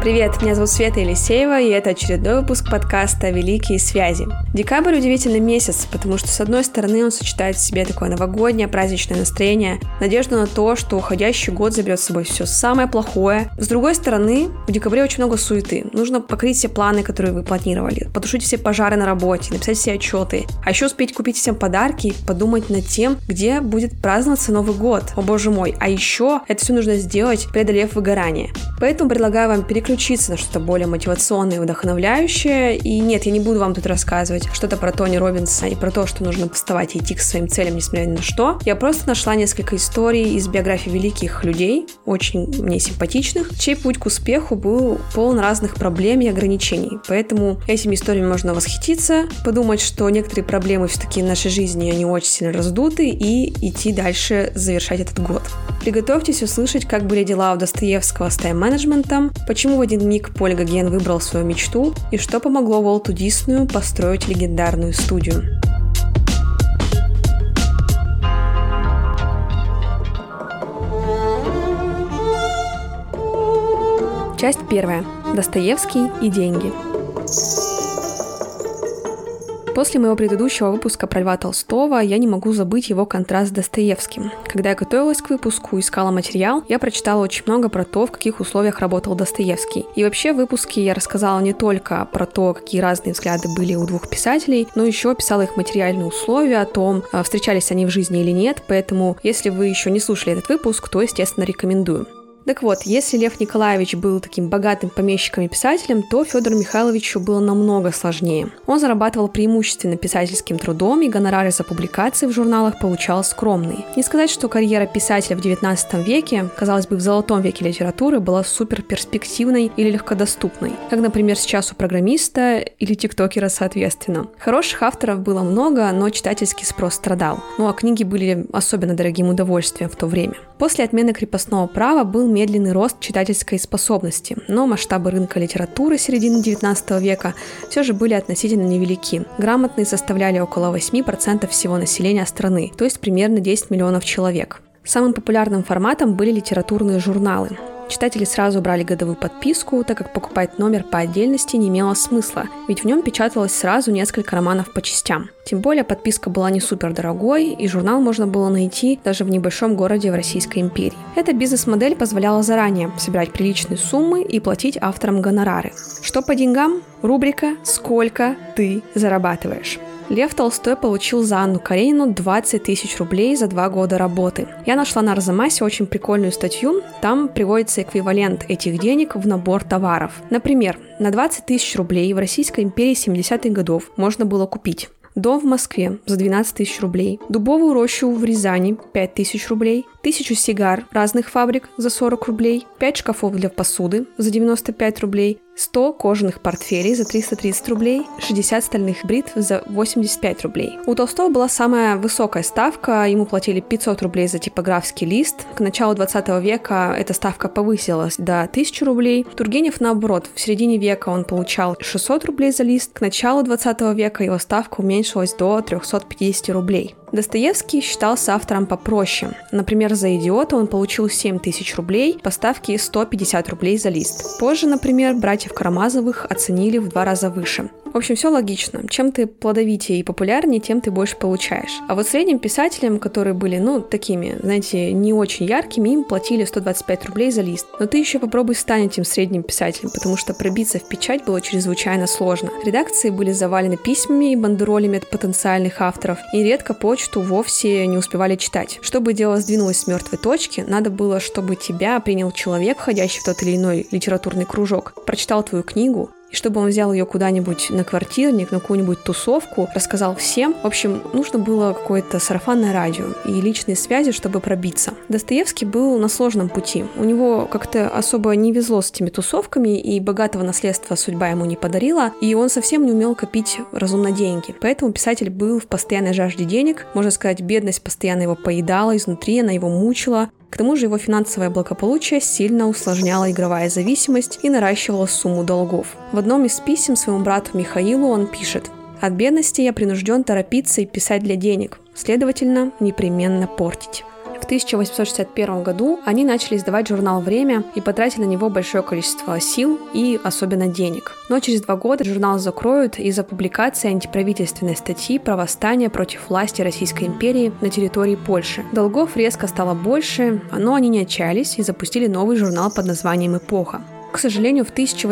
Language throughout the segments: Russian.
Привет, меня зовут Света Елисеева, и это очередной выпуск подкаста «Великие связи». Декабрь – удивительный месяц, потому что, с одной стороны, он сочетает в себе такое новогоднее, праздничное настроение, надежду на то, что уходящий год заберет с собой все самое плохое. С другой стороны, в декабре очень много суеты. Нужно покрыть все планы, которые вы планировали, потушить все пожары на работе, написать все отчеты, а еще успеть купить всем подарки и подумать над тем, где будет праздноваться Новый год. О боже мой, а еще это все нужно сделать, преодолев выгорание. Поэтому предлагаю вам переключиться на что-то более мотивационное и вдохновляющее. И нет, я не буду вам тут рассказывать что-то про Тони Роббинса и про то, что нужно вставать и идти к своим целям, несмотря ни на что. Я просто нашла несколько историй из биографий великих людей, очень мне симпатичных, чей путь к успеху был полон разных проблем и ограничений. Поэтому этими историями можно восхититься, подумать, что некоторые проблемы все-таки в нашей жизни, они очень сильно раздуты, и идти дальше, завершать этот год. Приготовьтесь услышать, как были дела у Достоевского с тайм-менеджментом, почему в один миг Поль Гоген выбрал свою мечту и что помогло Уолту Диснею построить легендарную студию. Часть 1. Достоевский и деньги. После моего предыдущего выпуска про Льва Толстого я не могу забыть его контраст с Достоевским. Когда я готовилась к выпуску, искала материал, я прочитала очень много про то, в каких условиях работал Достоевский. И вообще в выпуске я рассказала не только про то, какие разные взгляды были у двух писателей, но еще описала их материальные условия, о том, встречались они в жизни или нет, поэтому если вы еще не слушали этот выпуск, то, естественно, рекомендую. Так вот, если Лев Николаевич был таким богатым помещиком и писателем, то Федору Михайловичу было намного сложнее. Он зарабатывал преимущественно писательским трудом, и гонорары за публикации в журналах получал скромные. Не сказать, что карьера писателя в XIX веке, казалось бы, в золотом веке литературы, была суперперспективной или легкодоступной, как, например, сейчас у программиста или тиктокера соответственно. Хороших авторов было много, но читательский спрос страдал. Ну а книги были особенно дорогим удовольствием в то время. После отмены крепостного права был медленный рост читательской способности, но масштабы рынка литературы середины XIX века все же были относительно невелики. Грамотные составляли около 8% всего населения страны, то есть примерно 10 миллионов человек. Самым популярным форматом были литературные журналы. Читатели сразу брали годовую подписку, так как покупать номер по отдельности не имело смысла, ведь в нем печаталось сразу несколько романов по частям. Тем более подписка была не супер дорогой, и журнал можно было найти даже в небольшом городе в Российской империи. Эта бизнес-модель позволяла заранее собирать приличные суммы и платить авторам гонорары. Что по деньгам? Рубрика «Сколько ты зарабатываешь?». Лев Толстой получил за Анну Каренину 20 тысяч рублей за 2 года работы. Я нашла на Арзамасе очень прикольную статью, там приводится эквивалент этих денег в набор товаров. Например, на 20 тысяч рублей в Российской империи 70-х годов можно было купить дом в Москве за 12 тысяч рублей, дубовую рощу в Рязани 5 тысяч рублей, 1000 сигар разных фабрик за 40 рублей, 5 шкафов для посуды за 95 рублей, 100 кожаных портфелей за 330 рублей, 60 стальных бритв за 85 рублей. У Толстого была самая высокая ставка, ему платили 500 рублей за типографский лист. К началу 20 века эта ставка повысилась до 1000 рублей. Тургенев, наоборот, в середине века он получал 600 рублей за лист. К началу 20 века его ставка уменьшилась до 350 рублей. Достоевский считался автором попроще. Например, за «Идиота» он получил 7 тысяч рублей по ставке 150 рублей за лист. Позже, например, братьев Карамазовых оценили в 2 раза выше. В общем, все логично. Чем ты плодовитее и популярнее, тем ты больше получаешь. А вот средним писателям, которые были, такими, знаете, не очень яркими, им платили 125 рублей за лист. Но ты еще попробуй стань этим средним писателем, потому что пробиться в печать было чрезвычайно сложно. Редакции были завалены письмами и бандеролями от потенциальных авторов, и редко почту вовсе не успевали читать. Чтобы дело сдвинулось с мертвой точки, надо было, чтобы тебя принял человек, входящий в тот или иной литературный кружок, прочитал твою книгу, и чтобы он взял ее куда-нибудь на квартирник, на какую-нибудь тусовку, рассказал всем. В общем, нужно было какое-то сарафанное радио и личные связи, чтобы пробиться. Достоевский был на сложном пути. У него как-то особо не везло с этими тусовками, и богатого наследства судьба ему не подарила, и он совсем не умел копить разумно деньги. Поэтому писатель был в постоянной жажде денег. Можно сказать, бедность постоянно его поедала изнутри, она его мучила. К тому же его финансовое благополучие сильно усложняла игровая зависимость и наращивала сумму долгов. В одном из писем своему брату Михаилу он пишет: «От бедности я принужден торопиться и писать для денег, следовательно, непременно портить». В 1861 году они начали издавать журнал «Время» и потратили на него большое количество сил и особенно денег. Но через 2 года журнал закроют из-за публикации антиправительственной статьи про восстание против власти Российской империи на территории Польши. Долгов резко стало больше, но они не отчаялись и запустили новый журнал под названием «Эпоха». К сожалению, в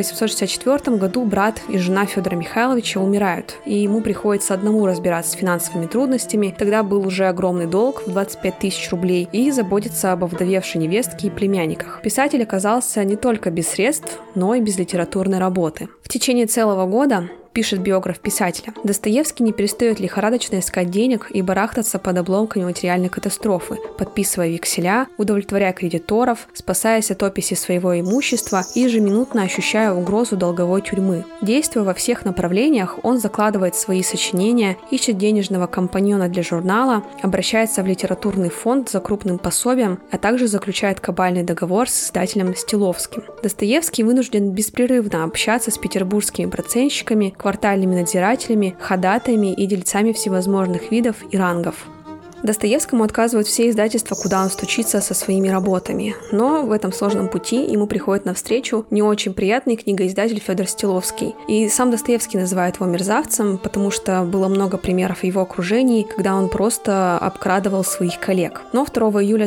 1864 году брат и жена Федора Михайловича умирают, и ему приходится одному разбираться с финансовыми трудностями. Тогда был уже огромный долг в 25 тысяч рублей и заботиться об овдовевшей невестке и племянниках. Писатель оказался не только без средств, но и без литературной работы. В течение целого года, пишет биограф писателя, Достоевский не перестает лихорадочно искать денег и барахтаться под обломками материальной катастрофы, подписывая векселя, удовлетворяя кредиторов, спасаясь от описи своего имущества и ежеминутно ощущая угрозу долговой тюрьмы. Действуя во всех направлениях, он закладывает свои сочинения, ищет денежного компаньона для журнала, обращается в литературный фонд за крупным пособием, а также заключает кабальный договор с издателем Стиловским. Достоевский вынужден беспрерывно общаться с петербургскими процентщиками, квартальными надзирателями, ходатаями и дельцами всевозможных видов и рангов. Достоевскому отказывают все издательства, куда он стучится со своими работами. Но в этом сложном пути ему приходит навстречу не очень приятный книгоиздатель Федор Стиловский. И сам Достоевский называет его мерзавцем, потому что было много примеров в его окружении, когда он просто обкрадывал своих коллег. Но 2 июля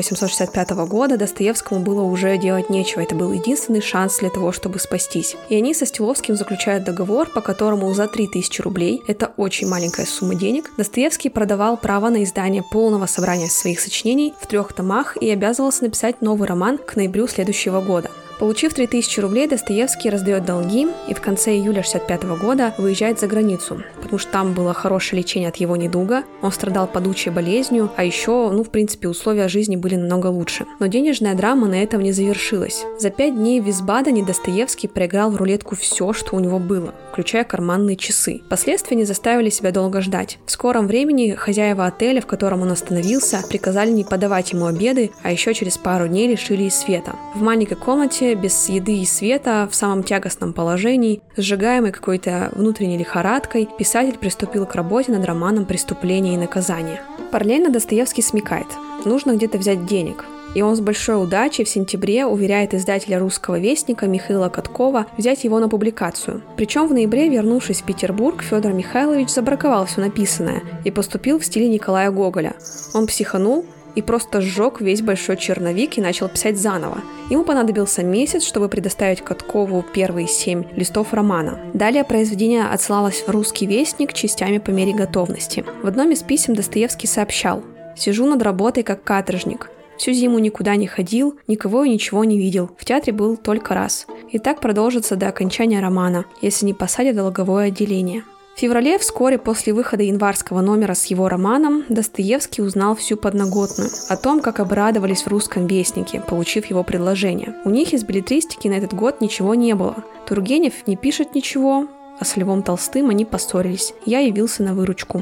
1865 года Достоевскому было уже делать нечего. Это был единственный шанс для того, чтобы спастись. И они со Стиловским заключают договор, по которому за 3000 рублей, это очень маленькая сумма денег, Достоевский продавал право на издание полного собрания своих сочинений в 3 томах и обязывался написать новый роман к ноябрю следующего года. Получив 3000 рублей, Достоевский раздает долги и в конце июля 1965 года выезжает за границу, потому что там было хорошее лечение от его недуга, он страдал падучей болезнью, а еще, в принципе, условия жизни были намного лучше. Но денежная драма на этом не завершилась. За 5 дней в Висбадене Достоевский проиграл в рулетку все, что у него было, включая карманные часы. Последствия не заставили себя долго ждать. В скором времени хозяева отеля, в котором он остановился, приказали не подавать ему обеды, а еще через пару дней лишили и света. В маленькой комнате без еды и света, в самом тягостном положении, сжигаемый какой-то внутренней лихорадкой, писатель приступил к работе над романом «Преступление и наказание». Параллельно Достоевский смекает: нужно где-то взять денег. И он с большой удачей в сентябре уверяет издателя «Русского вестника» Михаила Каткова взять его на публикацию. Причем в ноябре, вернувшись в Петербург, Федор Михайлович забраковал все написанное и поступил в стиле Николая Гоголя. Он психанул и просто сжег весь большой черновик и начал писать заново. Ему понадобился месяц, чтобы предоставить Каткову первые 7 листов романа. Далее произведение отсылалось в «Русский вестник» частями по мере готовности. В одном из писем Достоевский сообщал: «Сижу над работой как каторжник. Всю зиму никуда не ходил, никого и ничего не видел. В театре был только раз. И так продолжится до окончания романа, если не посадят в долговое отделение». В феврале, вскоре после выхода январского номера с его романом, Достоевский узнал всю подноготную о том, как обрадовались в «Русском вестнике», получив его предложение. У них из беллетристики на этот год ничего не было. Тургенев не пишет ничего, а с Львом Толстым они поссорились. Я явился на выручку.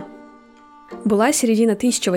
Была середина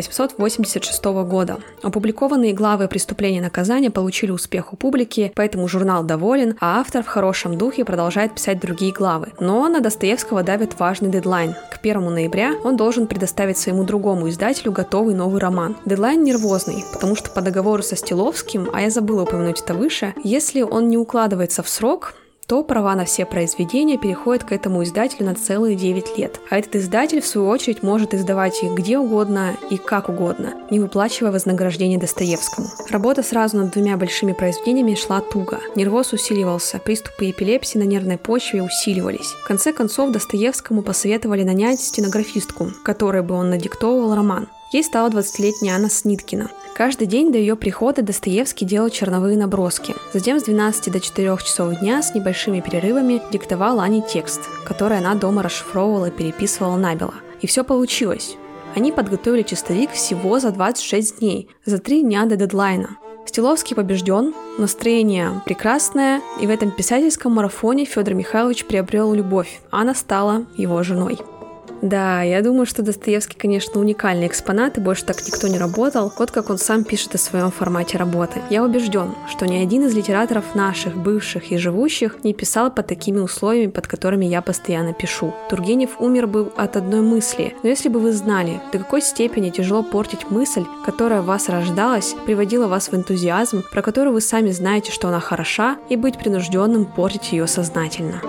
1886 года. Опубликованные главы «Преступления и наказания» получили успех у публики, поэтому журнал доволен, а автор в хорошем духе продолжает писать другие главы. Но на Достоевского давит важный дедлайн. К 1 ноября он должен предоставить своему другому издателю готовый новый роман. Дедлайн нервозный, потому что по договору со Стиловским, а я забыла упомянуть это выше, если он не укладывается в срок, то права на все произведения переходят к этому издателю на целые 9 лет. А этот издатель, в свою очередь, может издавать их где угодно и как угодно, не выплачивая вознаграждение Достоевскому. Работа сразу над 2 большими произведениями шла туго. Нервоз усиливался, приступы эпилепсии на нервной почве усиливались. В конце концов, Достоевскому посоветовали нанять стенографистку, которой бы он надиктовывал роман. Ей стала 20-летняя Анна Сниткина. Каждый день до ее прихода Достоевский делал черновые наброски. Затем с 12 до 4 часов дня с небольшими перерывами диктовал Ане текст, который она дома расшифровывала и переписывала набело. И все получилось. Они подготовили чистовик всего за 26 дней, за 3 дня до дедлайна. Стиловский побежден, настроение прекрасное, и в этом писательском марафоне Федор Михайлович приобрел любовь. Анна стала его женой. Да, я думаю, что Достоевский, конечно, уникальный экспонат, и больше так никто не работал. Вот как он сам пишет о своем формате работы. Я убежден, что ни один из литераторов наших, бывших и живущих не писал под такими условиями, под которыми я постоянно пишу. Тургенев умер бы от одной мысли. Но если бы вы знали, до какой степени тяжело портить мысль, которая в вас рождалась, приводила вас в энтузиазм, про которую вы сами знаете, что она хороша, и быть принужденным портить ее сознательно.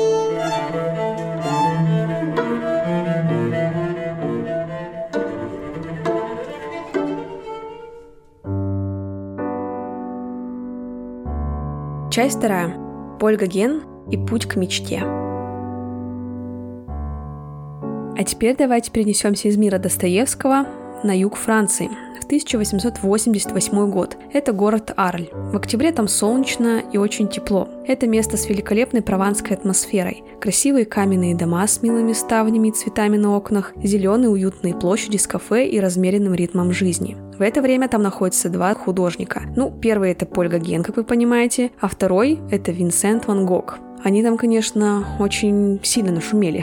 Часть 2. Поль Гоген и путь к мечте. А теперь давайте перенесемся из мира Достоевского на юг Франции, в 1888 год. Это город Арль. В октябре там солнечно и очень тепло. Это место с великолепной прованской атмосферой. Красивые каменные дома с милыми ставнями и цветами на окнах, зеленые уютные площади с кафе и размеренным ритмом жизни. В это время там находятся два художника. Первый — это Поль Гоген, как вы понимаете, а второй — это Винсент ван Гог. Они там, конечно, очень сильно нашумели.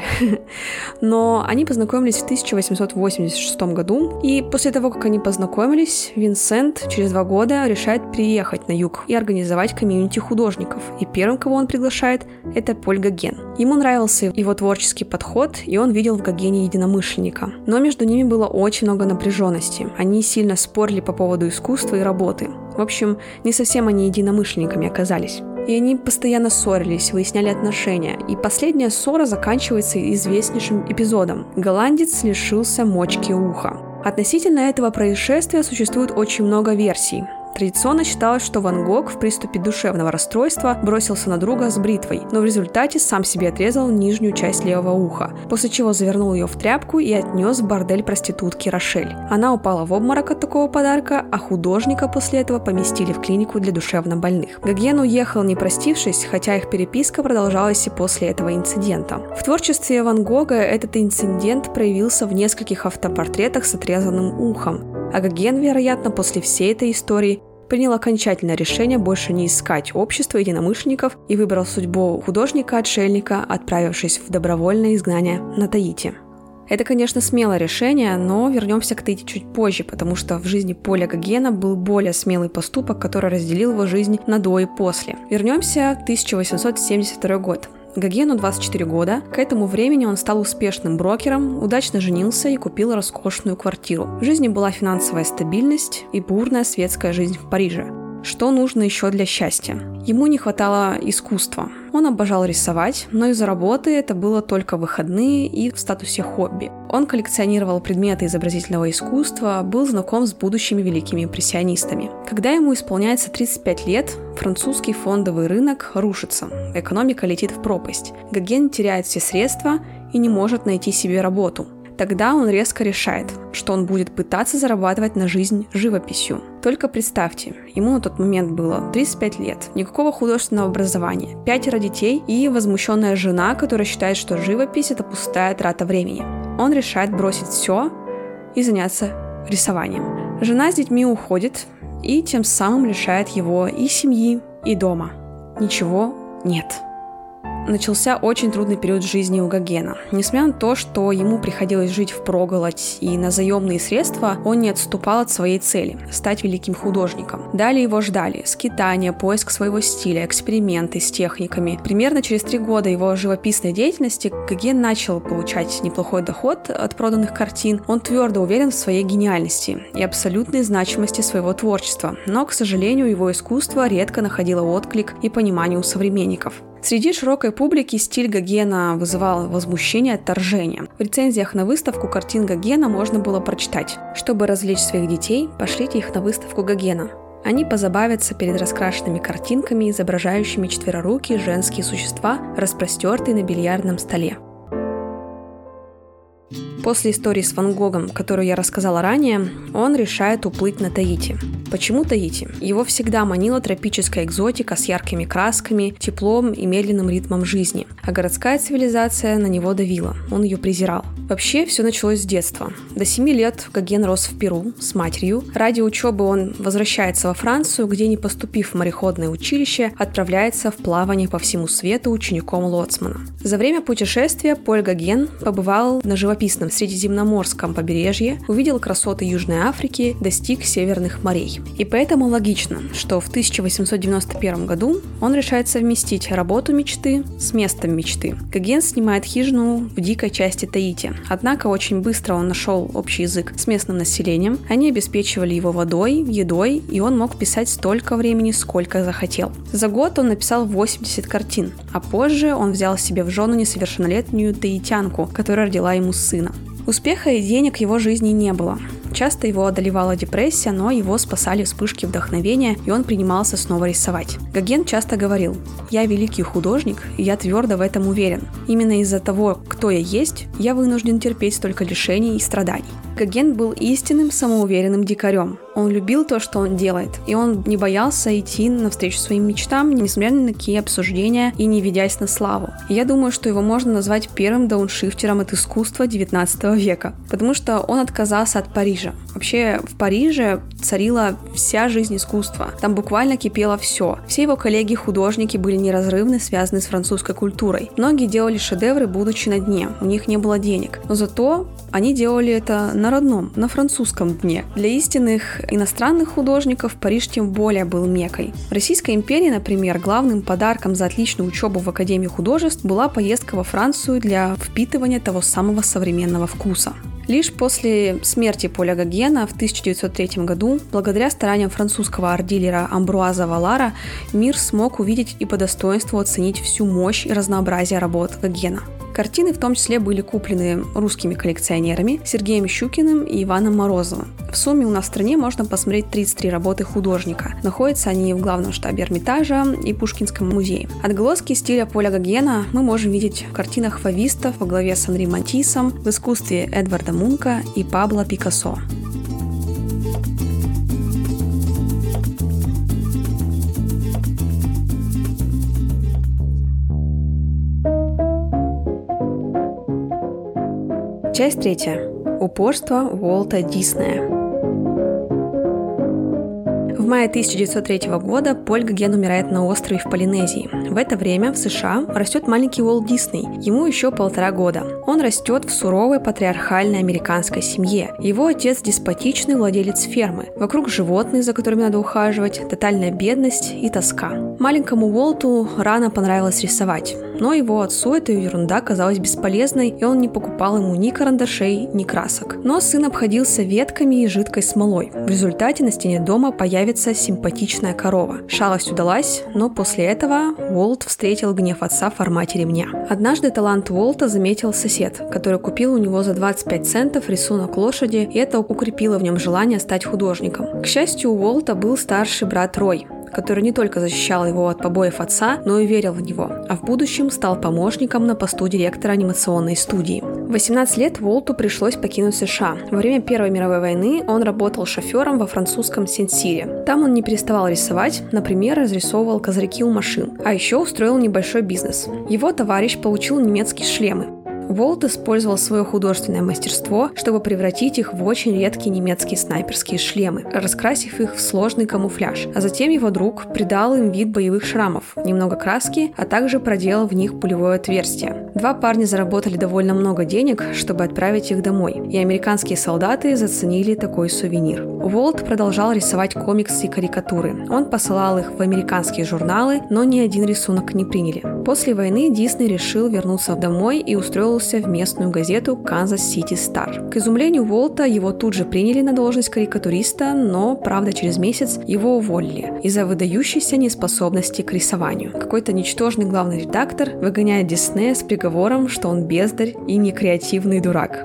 Но они познакомились в 1886 году, и после того, как они познакомились, Винсент через 2 года решает приехать на юг и организовать комьюнити художников. И первым, кого он приглашает, это Поль Гоген. Ему нравился его творческий подход, и он видел в Гогене единомышленника. Но между ними было очень много напряженности. Они сильно спорили по поводу искусства и работы. В общем, не совсем они единомышленниками оказались. И они постоянно ссорились, выясняли отношения. И последняя ссора заканчивается известнейшим эпизодом. Голландец лишился мочки уха. Относительно этого происшествия существует очень много версий. Традиционно считалось, что Ван Гог в приступе душевного расстройства бросился на друга с бритвой, но в результате сам себе отрезал нижнюю часть левого уха, после чего завернул ее в тряпку и отнес в бордель проститутки Рошель. Она упала в обморок от такого подарка, а художника после этого поместили в клинику для душевнобольных. Гоген уехал, не простившись, хотя их переписка продолжалась и после этого инцидента. В творчестве Ван Гога этот инцидент проявился в нескольких автопортретах с отрезанным ухом. А Гоген, вероятно, после всей этой истории принял окончательное решение больше не искать общество единомышленников и выбрал судьбу художника-отшельника, отправившись в добровольное изгнание на Таити. Это, конечно, смелое решение, но вернемся к Таити чуть позже, потому что в жизни Поля Гогена был более смелый поступок, который разделил его жизнь на до и после. Вернемся в 1872 год. Гогену 24 года. К этому времени он стал успешным брокером, удачно женился и купил роскошную квартиру. В жизни была финансовая стабильность и бурная светская жизнь в Париже. Что нужно еще для счастья? Ему не хватало искусства. Он обожал рисовать, но из-за работы это было только выходные и в статусе хобби. Он коллекционировал предметы изобразительного искусства, был знаком с будущими великими импрессионистами. Когда ему исполняется 35 лет, французский фондовый рынок рушится, экономика летит в пропасть. Гоген теряет все средства и не может найти себе работу. Тогда он резко решает, что он будет пытаться зарабатывать на жизнь живописью. Только представьте, ему на тот момент было 35 лет, никакого художественного образования, 5 детей и возмущенная жена, которая считает, что живопись – это пустая трата времени. Он решает бросить все и заняться рисованием. Жена с детьми уходит и тем самым лишает его и семьи, и дома. Ничего нет. Начался очень трудный период жизни у Гогена. Несмотря на то, что ему приходилось жить впроголодь и на заемные средства, он не отступал от своей цели – стать великим художником. Далее его ждали скитания, поиск своего стиля, эксперименты с техниками. Примерно через 3 года его живописной деятельности Гоген начал получать неплохой доход от проданных картин. Он твердо уверен в своей гениальности и абсолютной значимости своего творчества, но, к сожалению, его искусство редко находило отклик и понимание у современников. Среди широкой публики стиль Гогена вызывал возмущение и отторжение. В рецензиях на выставку картин Гогена можно было прочитать: «Чтобы развлечь своих детей, пошлите их на выставку Гогена. Они позабавятся перед раскрашенными картинками, изображающими четверорукие женские существа, распростертые на бильярдном столе». После истории с Ван Гогом, которую я рассказала ранее, он решает уплыть на Таити. Почему Таити? Его всегда манила тропическая экзотика с яркими красками, теплом и медленным ритмом жизни, а городская цивилизация на него давила, он ее презирал. Вообще, все началось с детства. До 7 лет Гоген рос в Перу с матерью. Ради учебы он возвращается во Францию, где, не поступив в мореходное училище, отправляется в плавание по всему свету учеником лоцмана. За время путешествия Поль Гоген побывал на живописном Средиземноморском побережье, увидел красоты Южной Африки, достиг северных морей. И поэтому логично, что в 1891 году он решает совместить работу мечты с местом мечты. Гоген снимает хижину в дикой части Таити. Однако очень быстро он нашел общий язык с местным населением, они обеспечивали его водой, едой, и он мог писать столько времени, сколько захотел. За год он написал 80 картин, а позже он взял себе в жену несовершеннолетнюю таитянку, которая родила ему сына. Успеха и денег в его жизни не было. Часто его одолевала депрессия, но его спасали вспышки вдохновения, и он принимался снова рисовать. Гоген часто говорил: «Я великий художник, и я твердо в этом уверен. Именно из-за того, кто я есть, я вынужден терпеть столько лишений и страданий». Гоген был истинным самоуверенным дикарем. Он любил то, что он делает, и он не боялся идти навстречу своим мечтам, несмотря ни на какие обсуждения и не ведясь на славу. И я думаю, что его можно назвать первым дауншифтером от искусства 19 века, потому что он отказался от Парижа. Вообще, в Париже царила вся жизнь искусства. Там буквально кипело все. Все его коллеги-художники были неразрывно связаны с французской культурой. Многие делали шедевры, будучи на дне. У них не было денег. Но зато они делали это на родном, на французском дне. Для истинных иностранных художников Париж тем более был Меккой. В Российской империи, например, главным подарком за отличную учебу в Академии художеств была поездка во Францию для впитывания того самого современного вкуса. Лишь после смерти Поля Гогена в 1903 году, благодаря стараниям французского арт-дилера Амбруаза Валара, мир смог увидеть и по достоинству оценить всю мощь и разнообразие работ Гогена. Картины в том числе были куплены русскими коллекционерами Сергеем Щукиным и Иваном Морозовым. В сумме у нас в стране можно посмотреть 33 работы художника. Находятся они в главном штабе Эрмитажа и Пушкинском музее. Отголоски стиля Поля Гогена мы можем видеть в картинах фавистов во главе с Анри Матиссом, в искусстве Эдварда Мунка и Пабло Пикассо. Часть 3. Упорство Уолта Диснея. В мае 1903 года Поль Гоген умирает на острове в Полинезии. В это время в США растет маленький Уолт Дисней, ему еще 1,5 года. Он растет в суровой патриархальной американской семье. Его отец деспотичный владелец фермы. Вокруг животные, за которыми надо ухаживать, тотальная бедность и тоска. Маленькому Уолту рано понравилось рисовать, но его отцу эта ерунда казалась бесполезной, и он не покупал ему ни карандашей, ни красок. Но сын обходился ветками и жидкой смолой. В результате на стене дома появится симпатичная корова. Шалость удалась, но после этого Уолт встретил гнев отца в формате ремня. Однажды талант Уолта заметил сосед, который купил у него за 25 центов рисунок лошади, и это укрепило в нем желание стать художником. К счастью, у Уолта был старший брат Рой, который не только защищал его от побоев отца, но и верил в него, а в будущем стал помощником на посту директора анимационной студии. В 18 лет Уолту пришлось покинуть США. Во время Первой мировой войны он работал шофером во французском Сен-Сире. Там он не переставал рисовать, например, разрисовывал козырьки у машин, а еще устроил небольшой бизнес. Его товарищ получил немецкие шлемы. Уолт использовал свое художественное мастерство, чтобы превратить их в очень редкие немецкие снайперские шлемы, раскрасив их в сложный камуфляж. А затем его друг придал им вид боевых шрамов, немного краски, а также проделал в них пулевое отверстие. Два парня заработали довольно много денег, чтобы отправить их домой, и американские солдаты заценили такой сувенир. Уолт продолжал рисовать комиксы и карикатуры. Он посылал их в американские журналы, но ни один рисунок не приняли. После войны Дисней решил вернуться домой и устроился в местную газету Kansas City Star. К изумлению Уолта, его тут же приняли на должность карикатуриста, но, правда, через месяц его уволили из-за выдающейся неспособности к рисованию. Какой-то ничтожный главный редактор выгоняет Диснея с приговором, что он бездарь и некреативный дурак.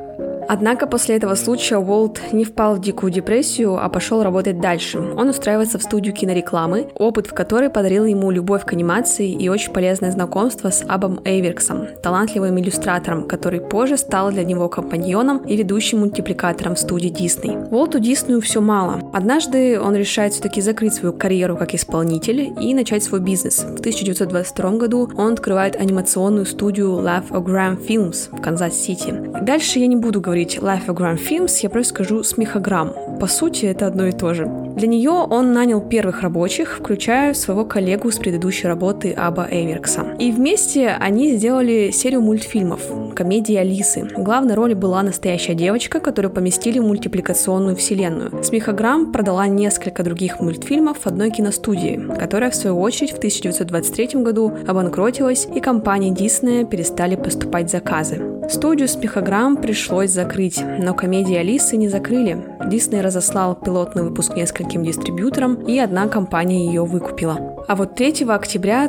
Однако после этого случая Уолт не впал в дикую депрессию, а пошел работать дальше. Он устраивается в студию кинорекламы, опыт в которой подарил ему любовь к анимации и очень полезное знакомство с Абом Эйверксом, талантливым иллюстратором, который позже стал для него компаньоном и ведущим мультипликатором в студии Дисней. Уолту Диснею все мало. Однажды он решает все-таки закрыть свою карьеру как исполнитель и начать свой бизнес. В 1922 году он открывает анимационную студию Laugh-O-Gram Films в Канзас-Сити. Дальше я не буду говорить Laugh-O-Gram Films, я просто скажу Смехограмм. По сути, это одно и то же. Для нее он нанял первых рабочих, включая своего коллегу с предыдущей работы Аба Эйверкса. И вместе они сделали серию мультфильмов «Комедии Алисы». В главной роли была настоящая девочка, которую поместили в мультипликационную вселенную. Смехограмм продала несколько других мультфильмов одной киностудии, которая, в свою очередь, в 1923 году обанкротилась, и компании Диснея перестали поступать заказы. Студию Смехограмм пришлось закрыть, но комедии Алисы не закрыли. Дисней разослал пилотный выпуск нескольким дистрибьюторам, и одна компания ее выкупила. А вот 3 октября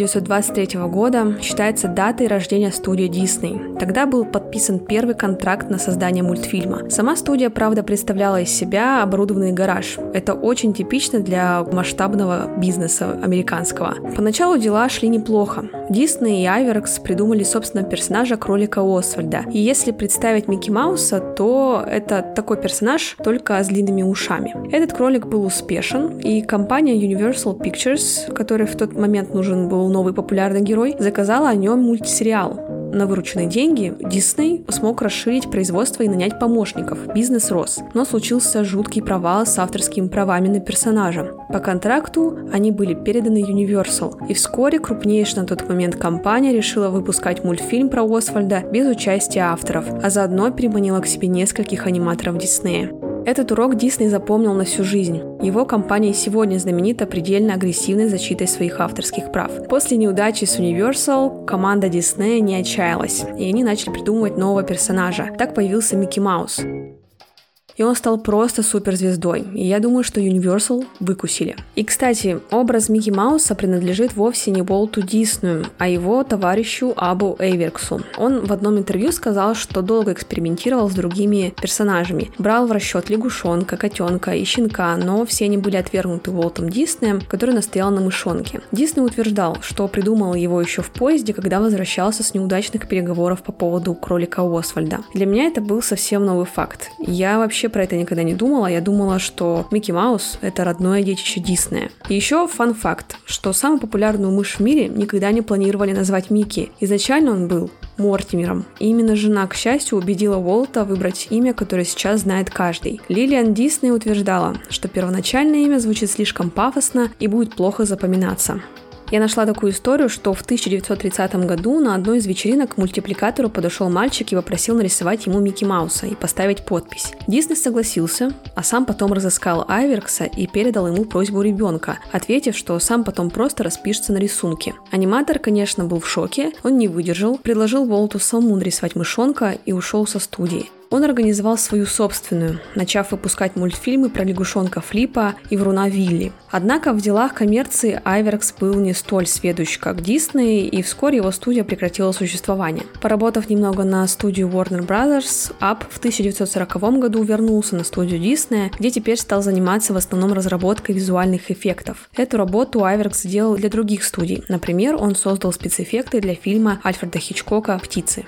1923 года считается датой рождения студии Дисней. Тогда был подписан первый контракт на создание мультфильма. Сама студия, правда, представляла из себя оборудованный гараж. Это очень типично для масштабного бизнеса американского. Поначалу дела шли неплохо. Дисней и Айверкс придумали, собственно, персонажа кролика Освальда. И если представить Микки Мауса, то это такой персонаж, только с длинными ушами. Этот кролик был успешен, и компания Universal Pictures, которой в тот момент нужен был новый популярный герой, заказала о нем мультсериал. На вырученные деньги Дисней смог расширить производство и нанять помощников. Бизнес рос. Но случился жуткий провал с авторскими правами на персонажа. По контракту они были переданы Universal. И вскоре крупнейшая на тот момент компания решила выпускать мультфильм про Освальда без участия авторов, а заодно переманила к себе нескольких аниматоров Диснея. Этот урок Дисней запомнил на всю жизнь. Его компания сегодня знаменита предельно агрессивной защитой своих авторских прав. После неудачи с Universal команда Диснея не отчаялась, и они начали придумывать нового персонажа. Так появился Микки Маус. И он стал просто суперзвездой. И я думаю, что Universal выкусили. И, кстати, образ Микки Мауса принадлежит вовсе не Уолту Диснею, а его товарищу Абу Эйверксу. Он в одном интервью сказал, что долго экспериментировал с другими персонажами. Брал в расчет лягушонка, котенка и щенка, но все они были отвергнуты Уолтом Диснеем, который настоял на мышонке. Дисней утверждал, что придумал его еще в поезде, когда возвращался с неудачных переговоров по поводу кролика Освальда. Для меня это был совсем новый факт. Я вообще про это никогда не думала. Я думала, что Микки Маус — это родное детище Диснея. И еще фан-факт, что самую популярную мышь в мире никогда не планировали назвать Микки. Изначально он был Мортимером. И именно жена, к счастью, убедила Уолта выбрать имя, которое сейчас знает каждый. Лилиан Дисней утверждала, что первоначальное имя звучит слишком пафосно и будет плохо запоминаться. Я нашла такую историю, что в 1930 году на одной из вечеринок к мультипликатору подошел мальчик и попросил нарисовать ему Микки Мауса и поставить подпись. Дисней согласился, а сам потом разыскал Айверкса и передал ему просьбу ребенка, ответив, что сам потом просто распишется на рисунке. Аниматор, конечно, был в шоке, он не выдержал, предложил Уолту самому нарисовать мышонка и ушел со студии. Он организовал свою собственную, начав выпускать мультфильмы про лягушонка Флипа и вруна Вилли. Однако в делах коммерции Айверкс был не столь сведущ, как Дисней, и вскоре его студия прекратила существование. Поработав немного на студию Warner Brothers, Аб в 1940 году вернулся на студию Диснея, где теперь стал заниматься в основном разработкой визуальных эффектов. Эту работу Айверкс делал для других студий. Например, он создал спецэффекты для фильма Альфреда Хичкока «Птицы».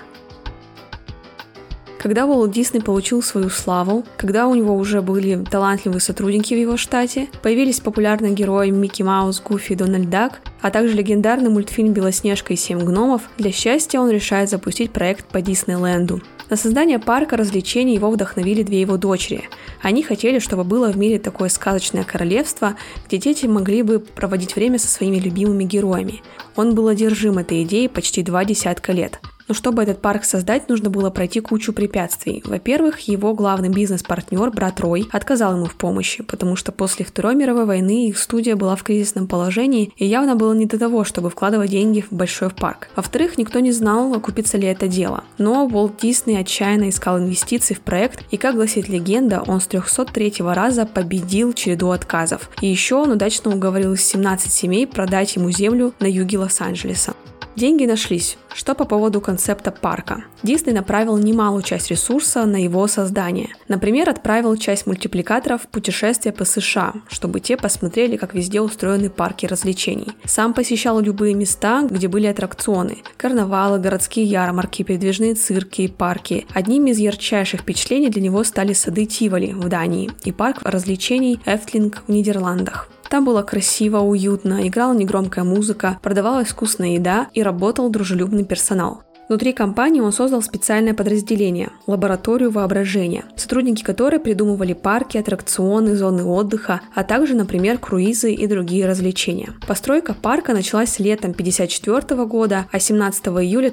Когда Уолт Дисней получил свою славу, когда у него уже были талантливые сотрудники в его штате, появились популярные герои Микки Маус, Гуфи и Дональд Дак, а также легендарный мультфильм «Белоснежка и 7 гномов», для счастья он решает запустить проект по Диснейленду. На создание парка развлечений его вдохновили две его дочери. Они хотели, чтобы было в мире такое сказочное королевство, где дети могли бы проводить время со своими любимыми героями. Он был одержим этой идеей почти 20 лет. Но чтобы этот парк создать, нужно было пройти кучу препятствий. Во-первых, его главный бизнес-партнер, брат Рой, отказал ему в помощи, потому что после Второй мировой войны их студия была в кризисном положении, и явно было не до того, чтобы вкладывать деньги в большой парк. Во-вторых, никто не знал, окупится ли это дело. Но Уолт Дисней отчаянно искал инвестиции в проект, и, как гласит легенда, он с 303-го раза победил череду отказов. И еще он удачно уговорил 17 семей продать ему землю на юге Лос-Анджелеса. Деньги нашлись. Что по поводу концепта парка? Дисней направил немалую часть ресурса на его создание. Например, отправил часть мультипликаторов в путешествия по США, чтобы те посмотрели, как везде устроены парки развлечений. Сам посещал любые места, где были аттракционы. Карнавалы, городские ярмарки, передвижные цирки и парки. Одним из ярчайших впечатлений для него стали сады Тиволи в Дании и парк развлечений Эфтлинг в Нидерландах. Там было красиво, уютно, играла негромкая музыка, продавалась вкусная еда и работал дружелюбный персонал. Внутри компании он создал специальное подразделение – лабораторию воображения, сотрудники которой придумывали парки, аттракционы, зоны отдыха, а также, например, круизы и другие развлечения. Постройка парка началась летом 1954 года, а 17 июля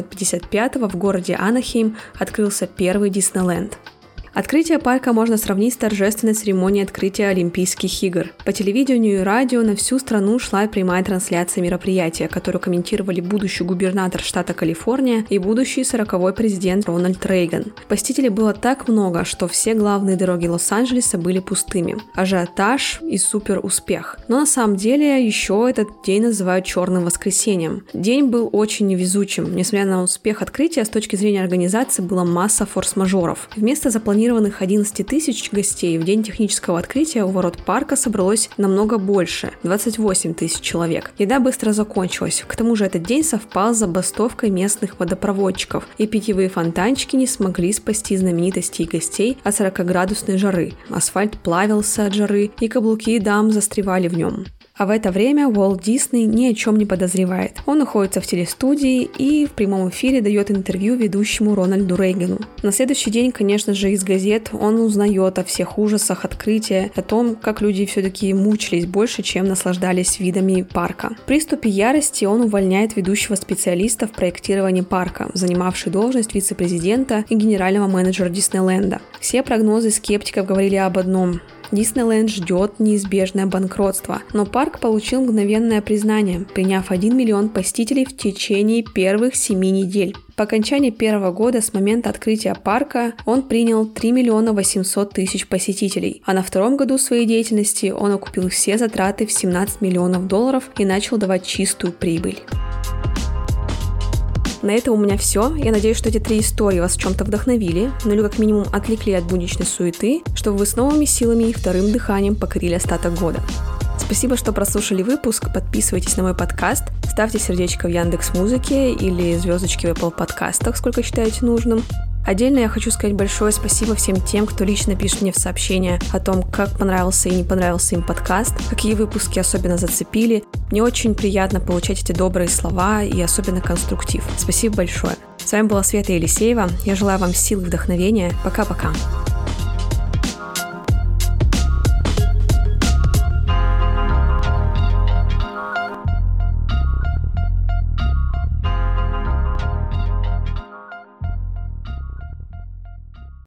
1955 в городе Анахейм открылся первый Диснейленд. Открытие парка можно сравнить с торжественной церемонией открытия Олимпийских игр. По телевидению и радио на всю страну шла прямая трансляция мероприятия, которую комментировали будущий губернатор штата Калифорния и будущий 40-й президент Рональд Рейган. Посетителей было так много, что все главные дороги Лос-Анджелеса были пустыми. Ажиотаж и супер успех. Но на самом деле еще этот день называют черным воскресеньем. День был очень невезучим. Несмотря на успех открытия, с точки зрения организации была масса форс-мажоров. Вместо запланированных 11 тысяч гостей в день технического открытия у ворот парка собралось намного больше – 28 тысяч человек. Еда быстро закончилась. К тому же этот день совпал с забастовкой местных водопроводчиков, и питьевые фонтанчики не смогли спасти знаменитостей и гостей от 40-градусной жары. Асфальт плавился от жары, и каблуки дам застревали в нем. А в это время Уолт Дисней ни о чем не подозревает. Он находится в телестудии и в прямом эфире дает интервью ведущему Рональду Рейгану. На следующий день, конечно же, из газет он узнает о всех ужасах открытия, о том, как люди все-таки мучились больше, чем наслаждались видами парка. В приступе ярости он увольняет ведущего специалиста в проектировании парка, занимавший должность вице-президента и генерального менеджера Диснейленда. Все прогнозы скептиков говорили об одном – Диснейленд ждет неизбежное банкротство, но парк получил мгновенное признание, приняв 1 миллион посетителей в течение первых 7 недель. По окончании первого года с момента открытия парка он принял 3 миллиона 800 тысяч посетителей, а на втором году своей деятельности он окупил все затраты в $17 миллионов и начал давать чистую прибыль. На этом у меня все. Я надеюсь, что эти 3 истории вас в чем-то вдохновили, ну или как минимум отвлекли от будничной суеты, чтобы вы с новыми силами и вторым дыханием покорили остаток года. Спасибо, что прослушали выпуск. Подписывайтесь на мой подкаст, ставьте сердечко в Яндекс.Музыке или звездочки в Apple подкастах, сколько считаете нужным. Отдельно я хочу сказать большое спасибо всем тем, кто лично пишет мне в сообщения о том, как понравился и не понравился им подкаст, какие выпуски особенно зацепили. Мне очень приятно получать эти добрые слова и особенно конструктив. Спасибо большое. С вами была Света Елисеева. Я желаю вам сил и вдохновения. Пока-пока.